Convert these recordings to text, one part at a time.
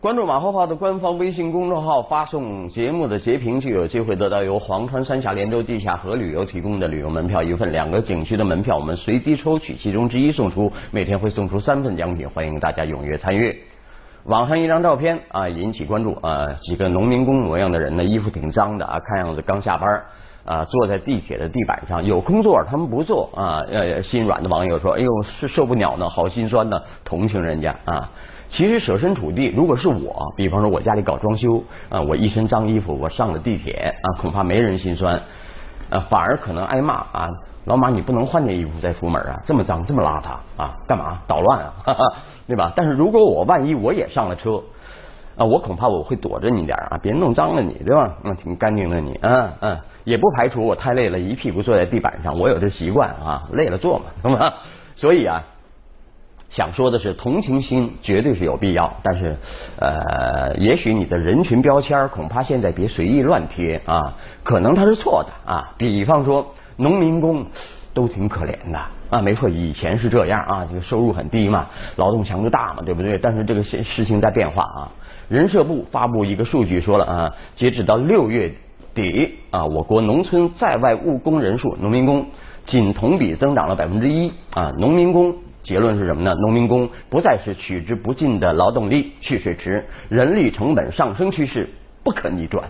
关注马后炮的官方微信公众号，发送节目的截屏，就有机会得到由黄川三峡连州地下河旅游提供的旅游门票一份，2个景区的门票我们随机抽取其中之一送出，每天会送出3份奖品，欢迎大家踊跃参与。网上一张照片啊引起关注啊，几个农民工模样的人呢，衣服挺脏的啊，看样子刚下班啊，坐在地铁的地板上，有空座他们不坐啊。心软的网友说：“哎呦，是受不了呢，好心酸呢，同情人家啊。”其实设身处地，如果是我，比方说我家里搞装修啊，我一身脏衣服，我上了地铁啊，恐怕没人心酸，反而可能挨骂啊。老马，你不能换件衣服再出门啊，这么脏，这么邋遢啊，干嘛捣乱啊，哈哈，对吧？但是如果万一我也上了车啊，我恐怕我会躲着你点啊，别弄脏了你，对吧？挺干净的你，也不排除我太累了，一屁股坐在地板上，我有这习惯啊，累了坐嘛，是吧？所以啊。想说的是，同情心绝对是有必要，但是也许你的人群标签恐怕现在别随意乱贴啊，可能它是错的啊。比方说农民工都挺可怜的啊，没错，以前是这样啊，这个收入很低嘛，劳动强度大嘛，对不对？但是这个事情在变化啊。人社部发布一个数据说了啊，截止到6月底啊，我国农村在外务工人数，农民工仅同比增长了1%啊，农民工。结论是什么呢？农民工不再是取之不尽的劳动力蓄水池，人力成本上升趋势不可逆转。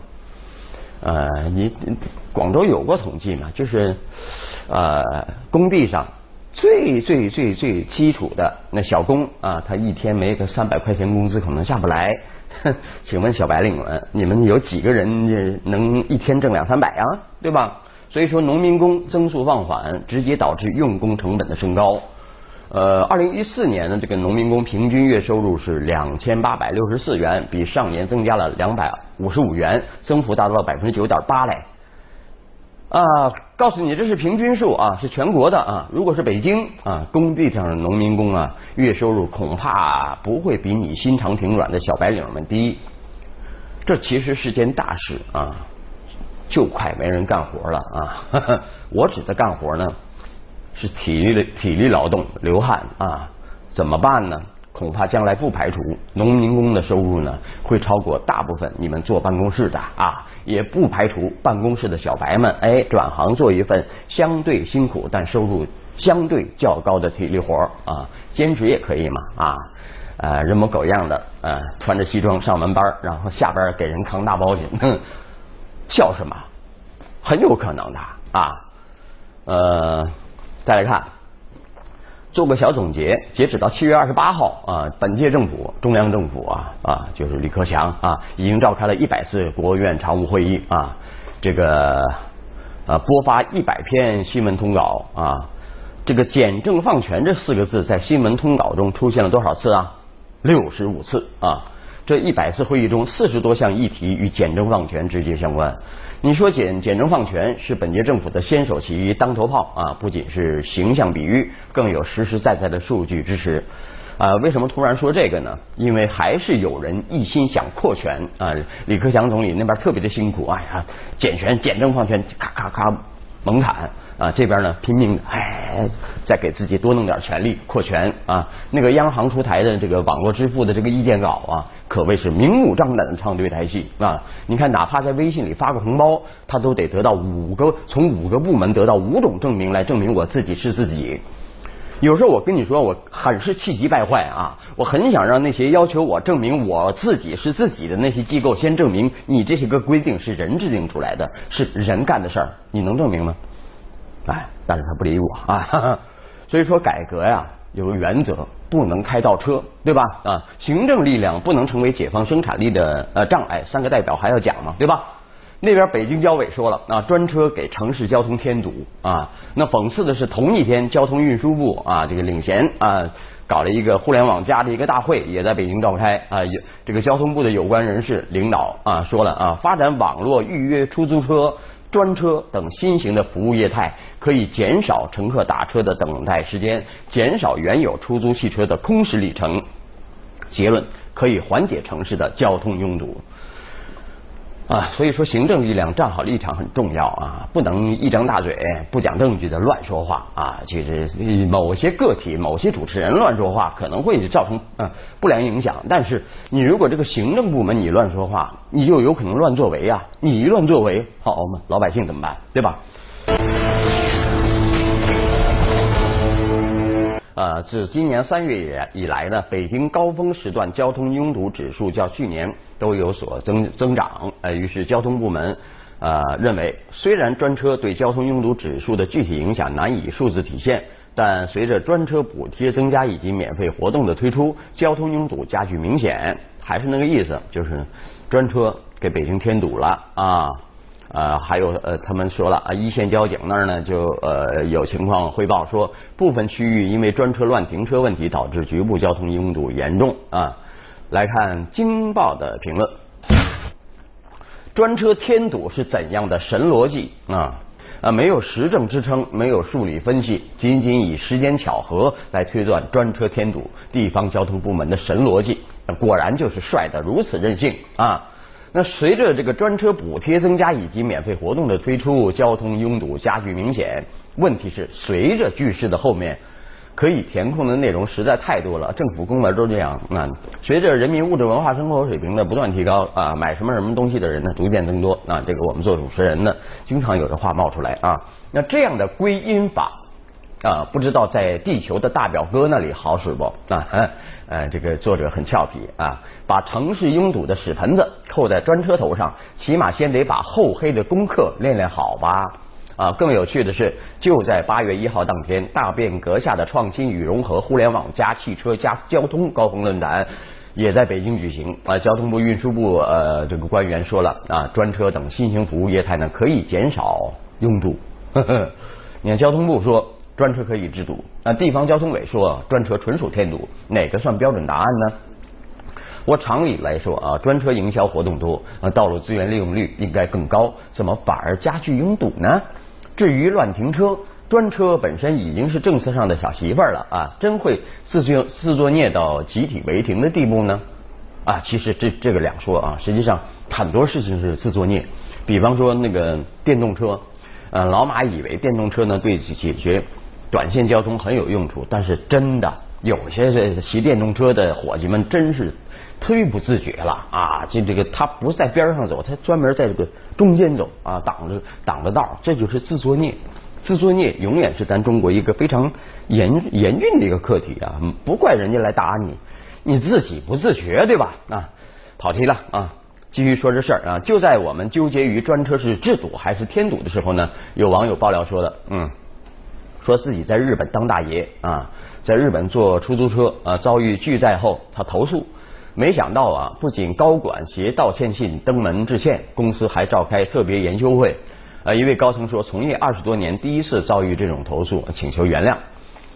广州有过统计嘛？就是工地上最基础的那小工啊，他一天没个300块钱工资可能下不来。请问小白领们，你们有几个人能一天挣200-300啊？对吧？所以说农民工增速放缓，直接导致用工成本的升高。2014年的这个农民工平均月收入是2864元，比上年增加了255元，增幅达到了9.8%嘞。告诉你这是平均数啊，是全国的啊。如果是北京啊，工地上的农民工啊，月收入恐怕不会比你心肠挺软的小白领们低。这其实是件大事啊，就快没人干活了啊。我指的干活呢。是体力劳动，流汗啊，怎么办呢？恐怕将来不排除农民工的收入呢会超过大部分你们坐办公室的啊，也不排除办公室的小白们转行做一份相对辛苦但收入相对较高的体力活啊，兼职也可以嘛啊，人模狗样的穿着西装上完班，然后下班给人扛大包去，笑什么？很有可能的啊。再来看，做个小总结，截止到7月28号啊，本届政府中央政府就是李克强已经召开了100次国务院常务会议啊，这个播发100篇新闻通稿啊，这个简政放权这4个字在新闻通稿中出现了多少次啊？65次啊。这100次会议中40多项议题与简政放权直接相关。你说简政放权是本届政府的先手起义当头炮啊，不仅是形象比喻，更有实实在在的数据支持。为什么突然说这个呢？因为还是有人一心想扩权啊。李克强总理那边特别的辛苦，简政放权，咔咔咔猛砍啊，这边呢拼命的再给自己多弄点权力扩权啊。那个央行出台的这个网络支付的这个意见稿啊，可谓是明目张胆的唱对台戏啊。你看哪怕在微信里发个红包，他都得得到从5个部门得到5种证明来证明我自己是自己。有时候我跟你说，我很是气急败坏啊！我很想让那些要求我证明我自己是自己的那些机构先证明你这些个规定是人制定出来的，是人干的事儿，你能证明吗？但是他不理我啊。所以说改革呀有个原则，不能开倒车，对吧？行政力量不能成为解放生产力的障碍，3个代表还要讲嘛，对吧？那边北京交委说了专车给城市交通添堵啊。那讽刺的是，同一天交通运输部这个领衔搞了一个互联网加的一个大会，也在北京召开这个交通部的有关人士领导说了发展网络预约出租车、专车等新型的服务业态，可以减少乘客打车的等待时间，减少原有出租汽车的空时里程。结论，可以缓解城市的交通拥堵。 所以说行政力量站好立场很重要啊，不能一张大嘴不讲证据的乱说话啊。就是某些个体、某些主持人乱说话，可能会造成不良影响。但是你如果这个行政部门你乱说话，你就有可能乱作为啊。你一乱作为，好，我们老百姓怎么办？对吧？自今年3月以来呢，北京高峰时段交通拥堵指数较去年都有所增长。于是交通部门认为，虽然专车对交通拥堵指数的具体影响难以数字体现，但随着专车补贴增加以及免费活动的推出，交通拥堵加剧明显。还是那个意思，就是专车给北京添堵了啊。还有他们说了一线交警那儿呢就有情况汇报说，部分区域因为专车乱停车问题导致局部交通拥堵严重啊。来看京报的评论，专车添堵是怎样的神逻辑没有实证支撑，没有数理分析，仅仅以时间巧合来推断专车添堵，地方交通部门的神逻辑，果然就是帅得如此任性啊。那随着这个专车补贴增加以及免费活动的推出，交通拥堵加剧明显。问题是，随着句式的后面可以填空的内容实在太多了，政府公文都这样随着人民物质文化生活水平的不断提高买什么东西的人呢逐渐增多这个我们做主持人呢，经常有这话冒出来那这样的归因法不知道在地球的大表哥那里好使不这个作者很俏皮把城市拥堵的屎盆子扣在专车头上，起码先得把厚黑的功课练练好吧更有趣的是，就在8月1号当天，大变革下的创新与融合互联网加汽车加交通高峰论坛也在北京举行交通部运输部这个官员说了专车等新型服务业态呢可以减少拥堵你看交通部说专车可以治堵地方交通委说专车纯属添堵，哪个算标准答案呢？我常理来说专车营销活动多道路资源利用率应该更高，怎么反而加剧拥堵呢？至于乱停车，专车本身已经是政策上的小媳妇儿了真会自作孽到集体违停的地步呢？其实这个两说实际上很多事情是自作孽。比方说那个电动车老马以为电动车呢对解决短线交通很有用处，但是真的有些骑电动车的伙计们真是忒不自觉了这个他不是在边上走，他专门在这个中间走挡着道，这就是自作孽。自作孽永远是咱中国一个非常严峻的一个课题不怪人家来打你自己不自觉，对吧跑题了继续说这事儿就在我们纠结于专车是治堵还是添堵的时候呢，有网友爆料说的说自己在日本当大爷在日本坐出租车遭遇拒载后，他投诉，没想到不仅高管携道歉信登门致歉，公司还召开特别研修会一位高层说，从业20多年第一次遭遇这种投诉，请求原谅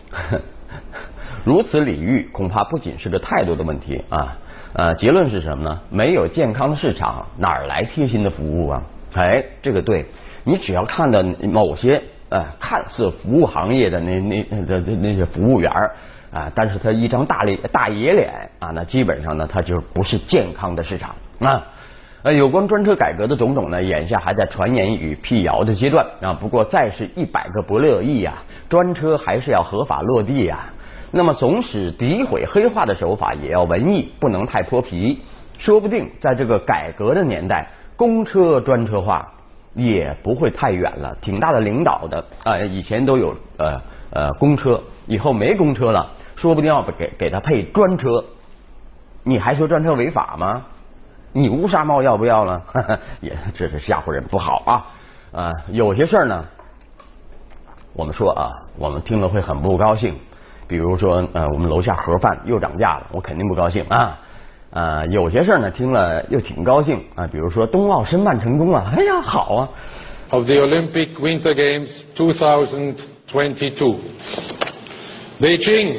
如此礼遇恐怕不仅是个态度的问题结论是什么呢？没有健康的市场，哪儿来贴心的服务这个对，你只要看到某些看似服务行业的那些服务员但是他一张大爷脸那基本上呢他就不是健康的市场有关专车改革的种种呢，眼下还在传言与辟谣的阶段不过再是100个不乐意专车还是要合法落地那么总使诋毁黑化的手法也要文艺，不能太泼皮。说不定在这个改革的年代，公车专车化也不会太远了。挺大的领导的以前都有公车，以后没公车了，说不定要给他配专车。你还说专车违法吗？你乌纱帽要不要了？也这是吓唬人，不好有些事儿呢，我们说我们听了会很不高兴。比如说我们楼下盒饭又涨价了，我肯定不高兴有些事儿呢听了又挺高兴比如说冬奥申办成功了，哎呀好 Of the Olympic Winter Games 2022 Beijing。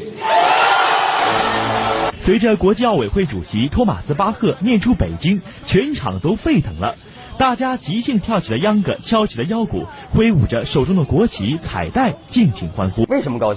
随着国际奥委会主席托马斯巴赫念出北京，全场都沸腾了，大家即兴跳起了秧歌，敲起了腰鼓，挥舞着手中的国旗彩带，尽情欢呼。 为什么高兴？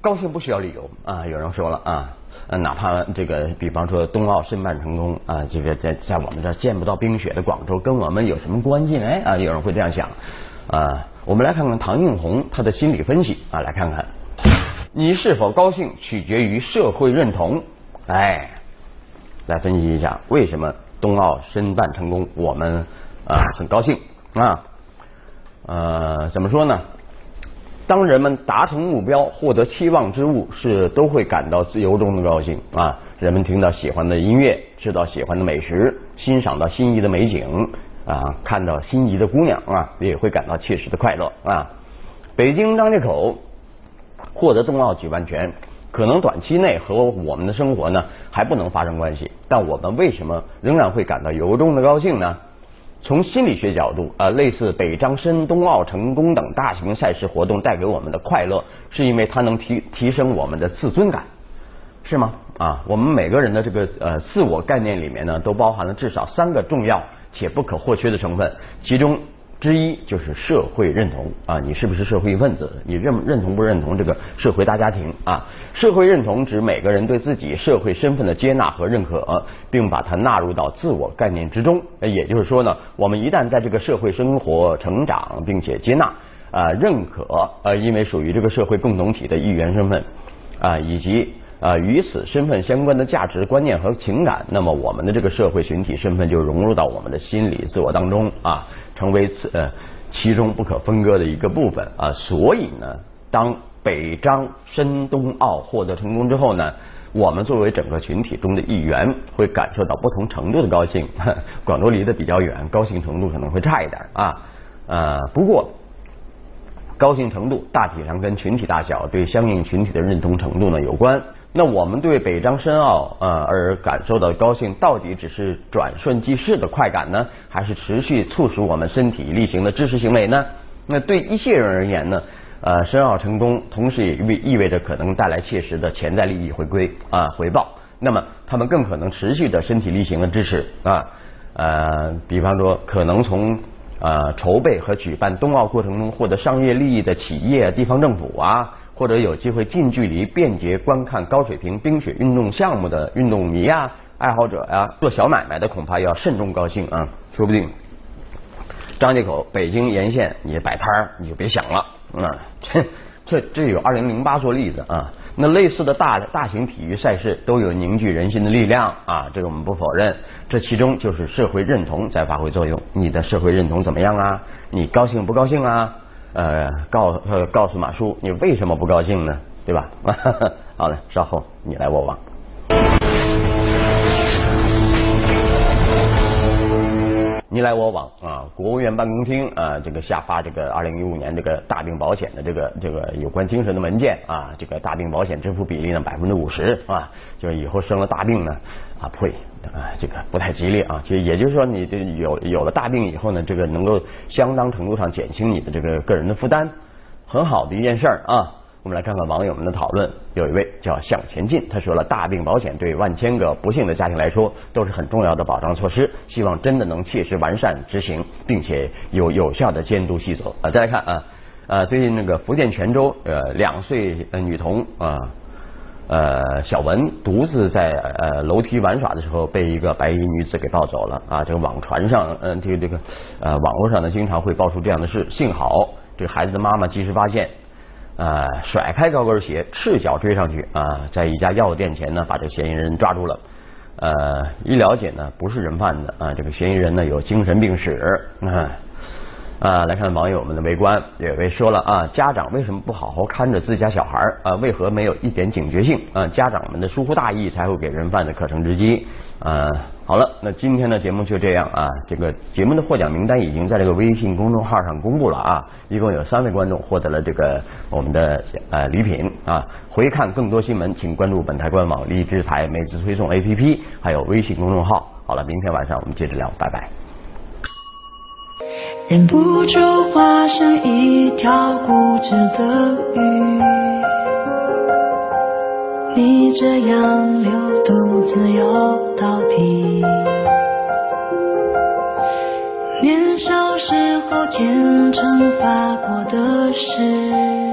高兴不需要理由啊，有人说了啊，哪怕这个，比方说冬奥申办成功啊，这个在我们这见不到冰雪的广州，跟我们有什么关系呢？啊，有人会这样想啊。我们来看看唐映红他的心理分析啊，来看看你是否高兴取决于社会认同。哎，来分析一下为什么冬奥申办成功，我们很高兴啊。怎么说呢？当人们达成目标，获得期望之物，都会感到由衷的高兴啊！人们听到喜欢的音乐，吃到喜欢的美食，欣赏到心仪的美景啊，看到心仪的姑娘啊，也会感到切实的快乐啊！北京张家口获得冬奥举办权，可能短期内和我们的生活呢还不能发生关系，但我们为什么仍然会感到由衷的高兴呢？从心理学角度类似北张申、冬奥成功等大型赛事活动带给我们的快乐，是因为它能提升我们的自尊感，是吗？啊，我们每个人的这个自我概念里面呢，都包含了至少3个重要且不可或缺的成分，其中之一就是社会认同啊，你是不是社会分子？你认同不认同这个社会大家庭啊？社会认同指每个人对自己社会身份的接纳和认可，并把它纳入到自我概念之中。也就是说呢，我们一旦在这个社会生活成长，并且接纳认可因为属于这个社会共同体的一员身份以及与此身份相关的价值观念和情感，那么我们的这个社会群体身份就融入到我们的心理自我当中啊，成为其中不可分割的一个部分啊。所以呢，当北张申冬奥获得成功之后呢，我们作为整个群体中的一员，会感受到不同程度的高兴。广州离得比较远，高兴程度可能会差一点不过高兴程度大体上跟群体大小对相应群体的认同程度呢有关。那我们对北张申奥而感受到的高兴，到底只是转瞬即逝的快感呢，还是持续促使我们身体力行的知识行为呢？那对一些人而言呢，申奥成功，同时也意味着可能带来切实的潜在利益回报。那么他们更可能持续的身体力行的支持比方说可能从筹备和举办冬奥过程中获得商业利益的企业、地方政府或者有机会近距离便捷观看高水平冰雪运动项目的运动迷爱好者做小买卖的恐怕要慎重高兴说不定张家口、北京沿线你摆摊你就别想了这有2008做例子那类似的大型体育赛事都有凝聚人心的力量这个我们不否认，这其中就是社会认同在发挥作用。你的社会认同怎么样你高兴不高兴告诉马叔你为什么不高兴呢？对吧？好了，稍后你来我往。你来我往国务院办公厅这个下发这个2015年这个大病保险的这个有关精神的文件这个大病保险支付比例呢50%就是以后生了大病呢这个不太吉利其实也就是说你这有了大病以后呢，这个能够相当程度上减轻你的这个个人的负担，很好的一件事我们来看看网友们的讨论。有一位叫向前进，他说了，大病保险对万千个不幸的家庭来说都是很重要的保障措施，希望真的能切实完善执行，并且有效的监督细则再来看最近那个福建泉州2岁女童小文独自在楼梯玩耍的时候被一个白衣女子给抱走了这个网传上这个网络上呢经常会爆出这样的事，幸好这个孩子的妈妈及时发现甩开高跟鞋赤脚追上去在一家药店前呢把这个嫌疑人抓住了一了解呢不是人贩子这个嫌疑人呢有精神病史来看网友们的围观，有位说了家长为什么不好好看着自家小孩为何没有一点警觉性家长们的疏忽大意才会给人贩子可乘之机好了，那今天的节目就这样这个节目的获奖名单已经在这个微信公众号上公布了一共有3位观众获得了这个我们的礼品回看更多新闻请关注本台官网、荔枝台每次推送 APP 还有微信公众号。好了，明天晚上我们接着聊，拜拜。 忍不住化成一条固执的鱼，你这样流独自游到底。年少时候虔诚发过的誓，